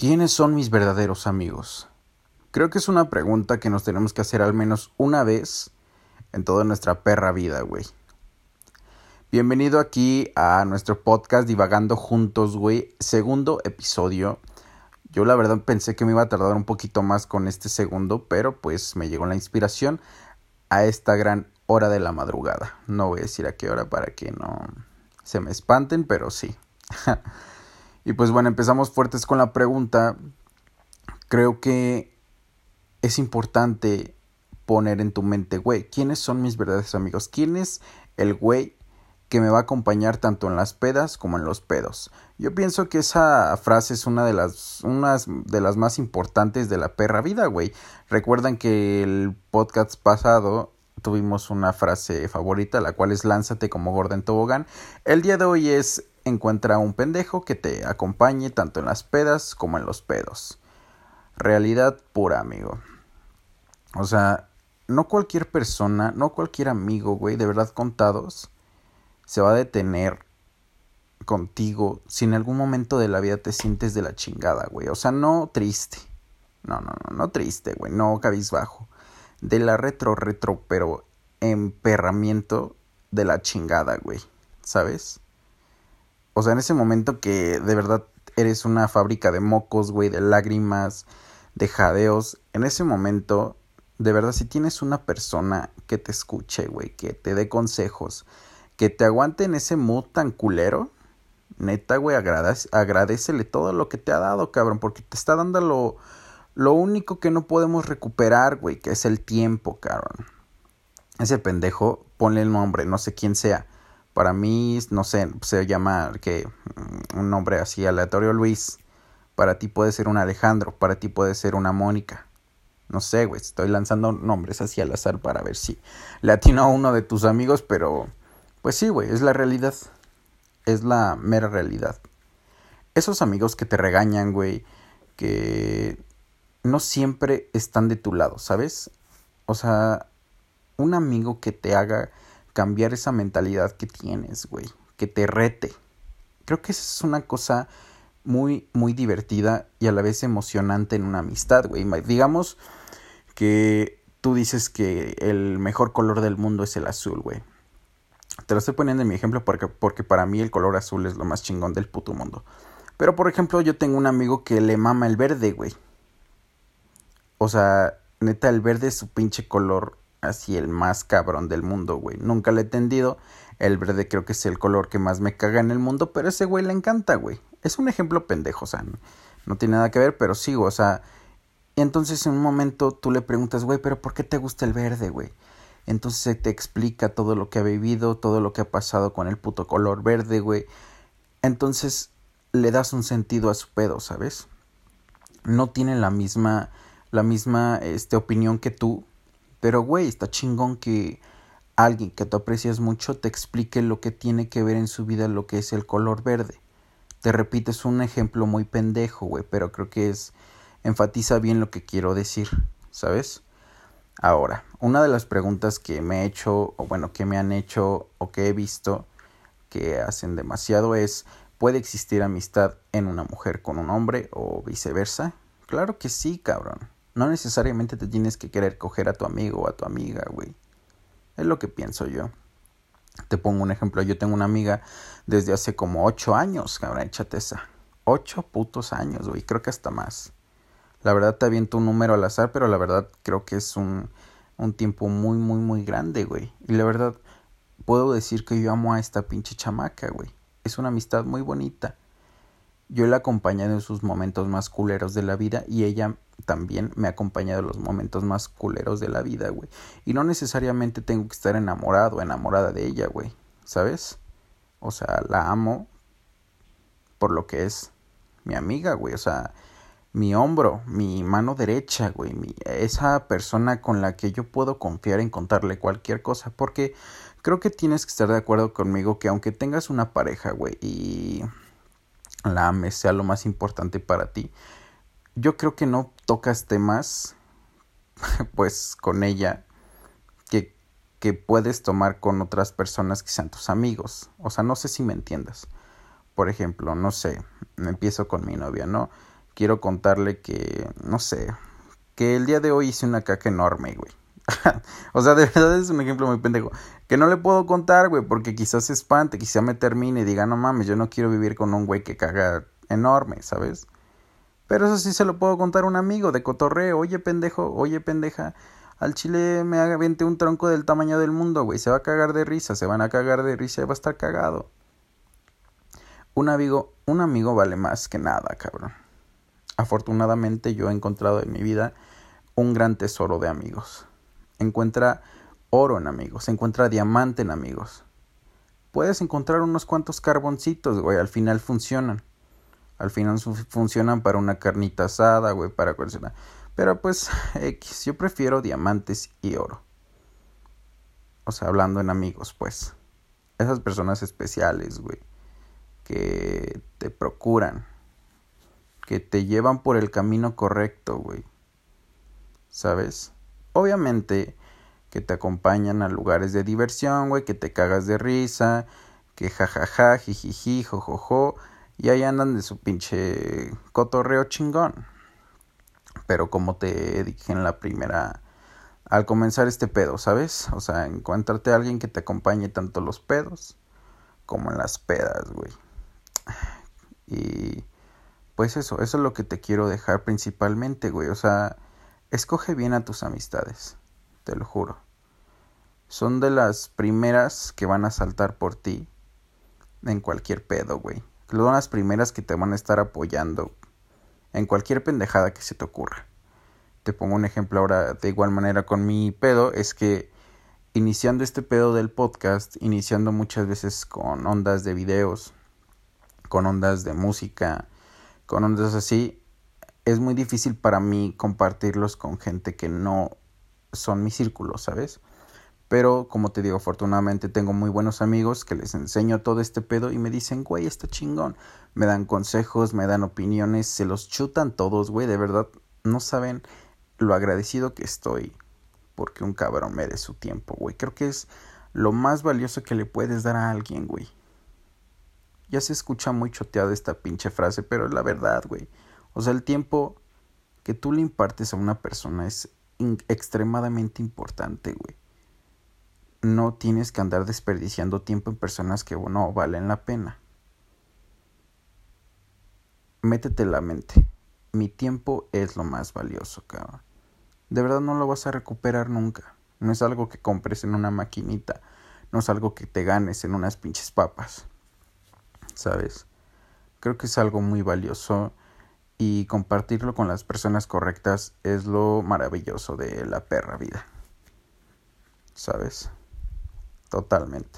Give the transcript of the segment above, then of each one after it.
¿Quiénes son mis verdaderos amigos? Creo que es una pregunta que nos tenemos que hacer al menos una vez en toda nuestra perra vida, güey. Bienvenido aquí a nuestro podcast Divagando Juntos, güey. Segundo episodio. Yo la verdad pensé que me iba a tardar un poquito más con este segundo, pero pues me llegó la inspiración a esta gran hora de la madrugada. No voy a decir a qué hora para que no se me espanten, pero sí. Y pues bueno, empezamos fuertes con la pregunta. Creo que es importante poner en tu mente, güey, ¿quiénes son mis verdaderos amigos? ¿Quién es el güey que me va a acompañar tanto en las pedas como en los pedos? Yo pienso que esa frase es una de las más importantes de la perra vida, güey. Recuerdan que el podcast pasado tuvimos una frase favorita, la cual es lánzate como gorda en tobogán. El día de hoy es encuentra un pendejo que te acompañe tanto en las pedas como en los pedos. Realidad pura, amigo. O sea, no cualquier persona, no cualquier amigo, güey, de verdad contados, se va a detener contigo si en algún momento de la vida te sientes de la chingada, güey. O sea, no triste. No triste, güey. No cabizbajo. De la retro, pero emperramiento de la chingada, güey. ¿Sabes? O sea, en ese momento que de verdad eres una fábrica de mocos, güey, de lágrimas, de jadeos. En ese momento, de verdad, si tienes una persona que te escuche, güey, que te dé consejos, que te aguante en ese mood tan culero, neta, güey, agradécele todo lo que te ha dado, cabrón, porque te está dando lo único que no podemos recuperar, güey, que es el tiempo, cabrón. Ese pendejo, ponle el nombre, no sé quién sea. Para mí, no sé, se llama un nombre así aleatorio, Luis. Para ti puede ser un Alejandro, para ti puede ser una Mónica. No sé, güey, estoy lanzando nombres así al azar para ver si le atino a uno de tus amigos, pero pues sí, güey, es la realidad. Es la mera realidad. Esos amigos que te regañan, güey, que no siempre están de tu lado, ¿sabes? O sea, un amigo que te haga cambiar esa mentalidad que tienes, güey, que te rete. Creo que esa es una cosa muy, muy divertida y a la vez emocionante en una amistad, güey. Digamos que tú dices que el mejor color del mundo es el azul, güey. Te lo estoy poniendo en mi ejemplo porque para mí el color azul es lo más chingón del puto mundo. Pero, por ejemplo, yo tengo un amigo que le mama el verde, güey. O sea, neta, el verde es su pinche color así el más cabrón del mundo, güey. Nunca lo he entendido. El verde creo que es el color que más me caga en el mundo, pero a ese güey le encanta, güey. Es un ejemplo pendejo, o sea, no tiene nada que ver, pero sí, o sea. Y entonces en un momento tú le preguntas, güey, pero ¿por qué te gusta el verde, güey? Entonces se te explica todo lo que ha vivido, todo lo que ha pasado con el puto color verde, güey. Entonces le das un sentido a su pedo, ¿sabes? No tiene la misma opinión que tú, pero güey, está chingón que alguien que tú aprecias mucho te explique lo que tiene que ver en su vida lo que es el color verde. Te repito, es un ejemplo muy pendejo, güey, pero creo que enfatiza bien lo que quiero decir, ¿sabes? Ahora, una de las preguntas que me he hecho, o bueno, que me han hecho o que he visto que hacen demasiado es, ¿puede existir amistad en una mujer con un hombre o viceversa? Claro que sí, cabrón. No necesariamente te tienes que querer coger a tu amigo o a tu amiga, güey. Es lo que pienso yo. Te pongo un ejemplo. Yo tengo una amiga desde hace como 8 años, cabrón. Échate esa. 8 putos años, güey. Creo que hasta más. La verdad te aviento un número al azar, pero la verdad creo que es un tiempo muy, muy, muy grande, güey. Y la verdad puedo decir que yo amo a esta pinche chamaca, güey. Es una amistad muy bonita. Yo la he acompañado en sus momentos más culeros de la vida y ella también me ha acompañado en los momentos más culeros de la vida, güey. Y no necesariamente tengo que estar enamorado o enamorada de ella, güey. ¿Sabes? O sea, la amo por lo que es mi amiga, güey. O sea, mi hombro, mi mano derecha, güey. Esa persona con la que yo puedo confiar en contarle cualquier cosa. Porque creo que tienes que estar de acuerdo conmigo que aunque tengas una pareja, güey, y la ames, sea lo más importante para ti, yo creo que no tocas temas pues con ella que puedes tomar con otras personas que sean tus amigos. O sea, no sé si me entiendas. Por ejemplo, no sé, empiezo con mi novia, ¿no? quiero contarle que, no sé, que el día de hoy hice una caca enorme, güey. O sea, de verdad es un ejemplo muy pendejo. Que no le puedo contar, güey, porque quizás se espante, quizás me termine y diga, no mames, yo no quiero vivir con un güey que caga enorme, ¿sabes? Pero eso sí se lo puedo contar a un amigo de cotorreo. Oye, pendejo, oye, pendeja, al chile me aventé un tronco del tamaño del mundo, güey. Se va a cagar de risa, se van a cagar de risa y va a estar cagado. Un amigo vale más que nada, cabrón. Afortunadamente yo he encontrado en mi vida un gran tesoro de amigos. Encuentra oro en amigos, encuentra diamante en amigos. Puedes encontrar unos cuantos carboncitos, güey, al final funcionan. Al final funcionan para una carnita asada, güey, para cualquier. Pero pues, X, yo prefiero diamantes y oro. O sea, hablando en amigos, pues. Esas personas especiales, güey, que te procuran, que te llevan por el camino correcto, güey. ¿Sabes? Obviamente que te acompañan a lugares de diversión, güey, que te cagas de risa, que jajaja, jijiji, jojojo, y ahí andan de su pinche cotorreo chingón. Pero como te dije en la primera, al comenzar este pedo, ¿sabes? O sea, encuéntrate a alguien que te acompañe tanto los pedos como en las pedas, güey. Y pues eso es lo que te quiero dejar principalmente, güey. O sea, escoge bien a tus amistades, te lo juro. Son de las primeras que van a saltar por ti en cualquier pedo, güey. Son las primeras que te van a estar apoyando en cualquier pendejada que se te ocurra. Te pongo un ejemplo ahora de igual manera con mi pedo. Es que iniciando este pedo del podcast, iniciando muchas veces con ondas de videos, con ondas de música, con ondas así, es muy difícil para mí compartirlos con gente que no son mi círculo, ¿sabes? Pero como te digo, afortunadamente tengo muy buenos amigos que les enseño todo este pedo y me dicen, güey, está chingón. Me dan consejos, me dan opiniones, se los chutan todos, güey, de verdad. No saben lo agradecido que estoy porque un cabrón me dé su tiempo, güey. Creo que es lo más valioso que le puedes dar a alguien, güey. Ya se escucha muy choteada esta pinche frase, pero es la verdad, güey. O sea, el tiempo que tú le impartes a una persona es extremadamente importante, güey. No tienes que andar desperdiciando tiempo en personas que no valen la pena. Métete en la mente. Mi tiempo es lo más valioso, cabrón. De verdad no lo vas a recuperar nunca. No es algo que compres en una maquinita. No es algo que te ganes en unas pinches papas. ¿Sabes? Creo que es algo muy valioso. Y compartirlo con las personas correctas es lo maravilloso de la perra vida. ¿Sabes? Totalmente.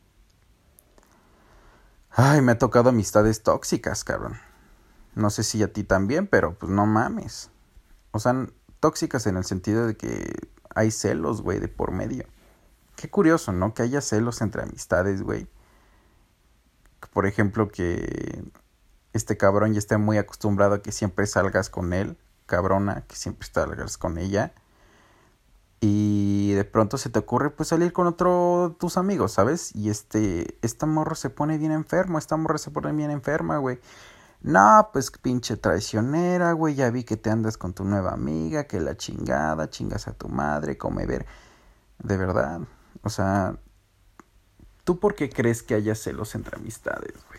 Ay, me ha tocado amistades tóxicas, cabrón. No sé si a ti también, pero pues no mames. O sea, tóxicas en el sentido de que hay celos, güey, de por medio. Qué curioso, ¿no? Que haya celos entre amistades, güey. Por ejemplo, que este cabrón ya esté muy acostumbrado a que siempre salgas con él. Cabrona, que siempre salgas con ella. Y de pronto se te ocurre pues salir con otro de tus amigos, ¿sabes? Y esta morra se pone bien enfermo, esta morra se pone bien enferma, güey. No, pues pinche traicionera, güey, ya vi que te andas con tu nueva amiga, que la chingada, chingas a tu madre, come ver. De verdad, o sea, ¿tú por qué crees que haya celos entre amistades, güey?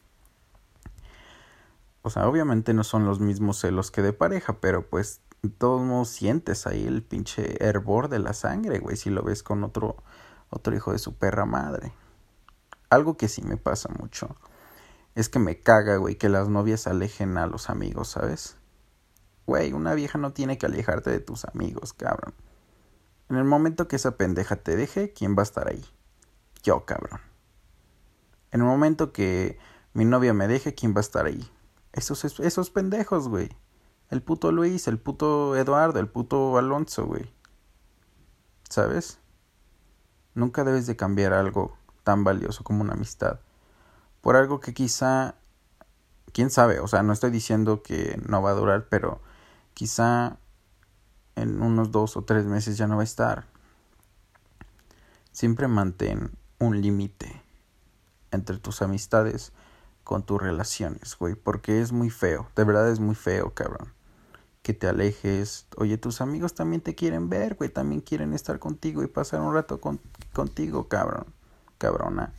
O sea, obviamente no son los mismos celos que de pareja, pero pues de todos modos sientes ahí el pinche hervor de la sangre, güey, si lo ves con otro hijo de su perra madre. Algo que sí me pasa mucho es que me caga, güey, que las novias alejen a los amigos, ¿sabes? Güey, una vieja no tiene que alejarte de tus amigos, cabrón. En el momento que esa pendeja te deje, ¿quién va a estar ahí? Yo, cabrón. En el momento que mi novia me deje, ¿quién va a estar ahí? Esos pendejos, güey. El puto Luis, el puto Eduardo, el puto Alonso, güey. ¿Sabes? Nunca debes de cambiar algo tan valioso como una amistad por algo que quizá, quién sabe, o sea, no estoy diciendo que no va a durar, pero quizá en unos 2 o 3 meses ya no va a estar. Siempre mantén un límite entre tus amistades. con tus relaciones, güey, porque es muy feo, de verdad es muy feo, cabrón. Que te alejes. Oye, tus amigos también te quieren ver, güey, también quieren estar contigo y pasar un rato contigo, cabrón, cabrona.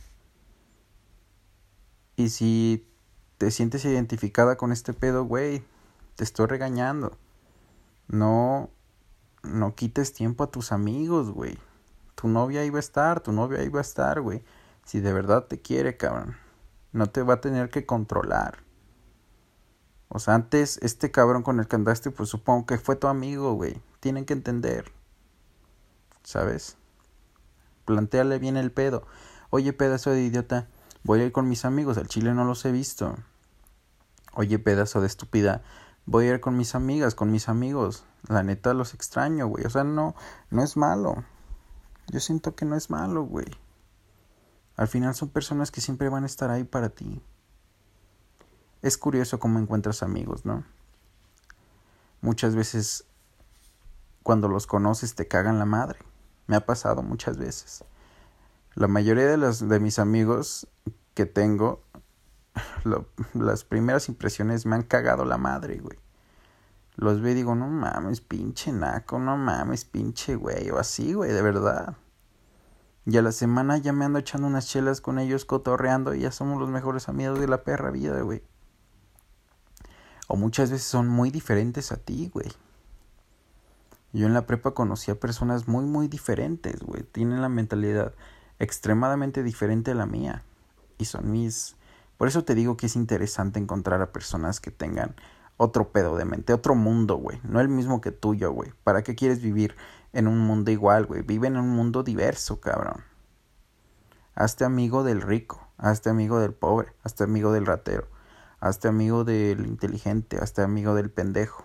Y si te sientes identificada con este pedo, güey, te estoy regañando. No, no quites tiempo a tus amigos, güey. Tu novia iba a estar, tu novia iba a estar, güey. Si de verdad te quiere, cabrón, no te va a tener que controlar. O sea, antes este cabrón con el que andaste, pues supongo que fue tu amigo, güey. Tienen que entender, ¿sabes? Plantéale bien el pedo. Oye, pedazo de idiota, voy a ir con mis amigos, al chile no los he visto. Oye, pedazo de estúpida, voy a ir con mis amigas, con mis amigos. La neta los extraño, güey. O sea, no es malo. Yo siento que no es malo, güey. Al final son personas que siempre van a estar ahí para ti. Es curioso cómo encuentras amigos, ¿no? Muchas veces cuando los conoces te cagan la madre. Me ha pasado muchas veces. La mayoría de mis amigos que tengo, las primeras impresiones me han cagado la madre, güey. Los veo y digo, no mames, pinche naco, no mames, pinche güey, o así, güey, de verdad. Y a la semana ya me ando echando unas chelas con ellos, cotorreando, y ya somos los mejores amigos de la perra vida, güey. O muchas veces son muy diferentes a ti, güey. Yo en la prepa conocí a personas muy, muy diferentes, güey. Tienen la mentalidad extremadamente diferente a la mía. Y son mis... Por eso te digo que es interesante encontrar a personas que tengan otro pedo de mente, otro mundo, güey. No el mismo que tuyo, güey. ¿Para qué quieres vivir en un mundo igual, güey? Vive en un mundo diverso, cabrón. Hazte amigo del rico, hazte amigo del pobre, hazte amigo del ratero, hazte amigo del inteligente, hazte amigo del pendejo.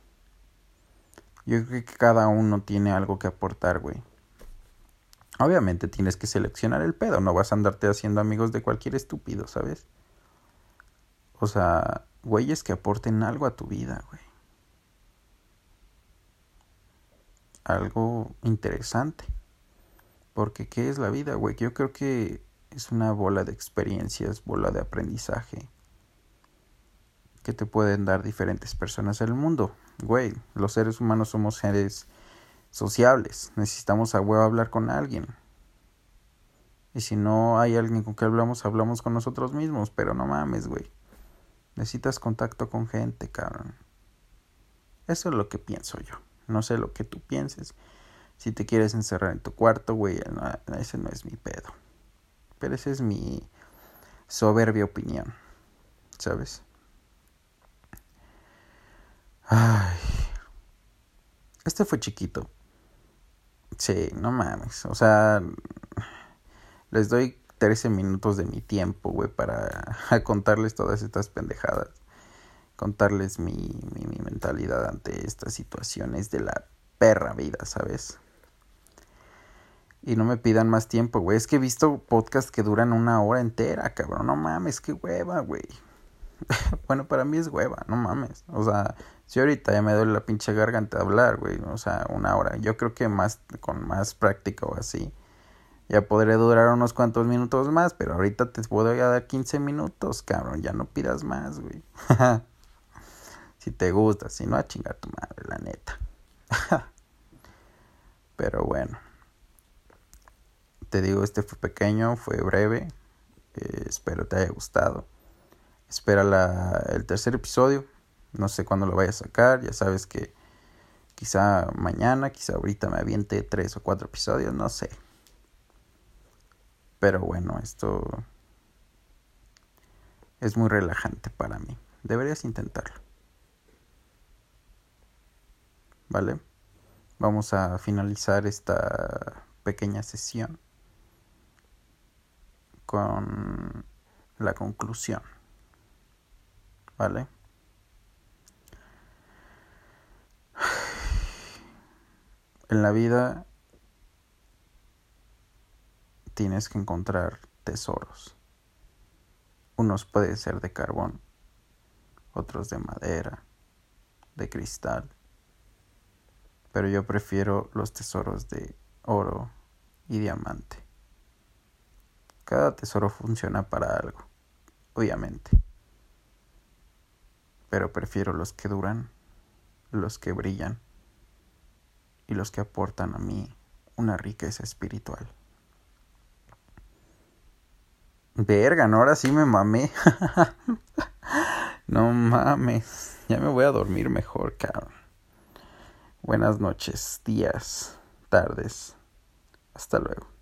Yo creo que cada uno tiene algo que aportar, güey. Obviamente tienes que seleccionar el pedo, no vas a andarte haciendo amigos de cualquier estúpido, ¿sabes? O sea, güeyes que aporten algo a tu vida, güey. Algo interesante. Porque ¿qué es la vida, güey? Yo creo que es una bola de experiencias, bola de aprendizaje que te pueden dar diferentes personas en el mundo. Güey, los seres humanos somos seres sociables. Necesitamos a huevo hablar con alguien. Y si no hay alguien con que hablamos, hablamos con nosotros mismos. Pero no mames, güey. Necesitas contacto con gente, cabrón. Eso es lo que pienso yo. No sé lo que tú pienses. Si te quieres encerrar en tu cuarto, güey, no, ese no es mi pedo. Pero esa es mi soberbia opinión, ¿sabes? Ay. Este fue chiquito. Sí, no mames. O sea, les doy 13 minutos de mi tiempo, güey, para contarles todas estas pendejadas. Contarles mi mentalidad ante estas situaciones de la perra vida, ¿sabes? Y no me pidan más tiempo, güey. Es que he visto podcasts que duran 1 hora entera, cabrón. No mames, qué hueva, güey. Bueno, para mí es hueva, no mames. O sea, si ahorita ya me duele la pinche garganta de hablar, güey. O sea, 1 hora. Yo creo que con más práctica o así, ya podré durar unos cuantos minutos más. Pero ahorita te puedo dar 15 minutos, cabrón. Ya no pidas más, güey. Si te gusta, si no, a chingar tu madre, la neta. Pero bueno. Te digo, este fue pequeño, fue breve. Espero te haya gustado. Espera el tercer episodio. No sé cuándo lo vaya a sacar. Ya sabes que quizá mañana, quizá ahorita me aviente 3 o 4 episodios. No sé. Pero bueno, esto es muy relajante para mí. Deberías intentarlo. ¿Vale? Vamos a finalizar esta pequeña sesión con la conclusión. ¿Vale? En la vida tienes que encontrar tesoros. Unos pueden ser de carbón, otros de madera, de cristal. Pero yo prefiero los tesoros de oro y diamante. Cada tesoro funciona para algo. obviamente. Pero prefiero los que duran, los que brillan y los que aportan a mí una riqueza espiritual. Verga, ¿no? Ahora sí me mamé. No mames. Ya me voy a dormir mejor, cabrón. Buenas noches, días, tardes. Hasta luego.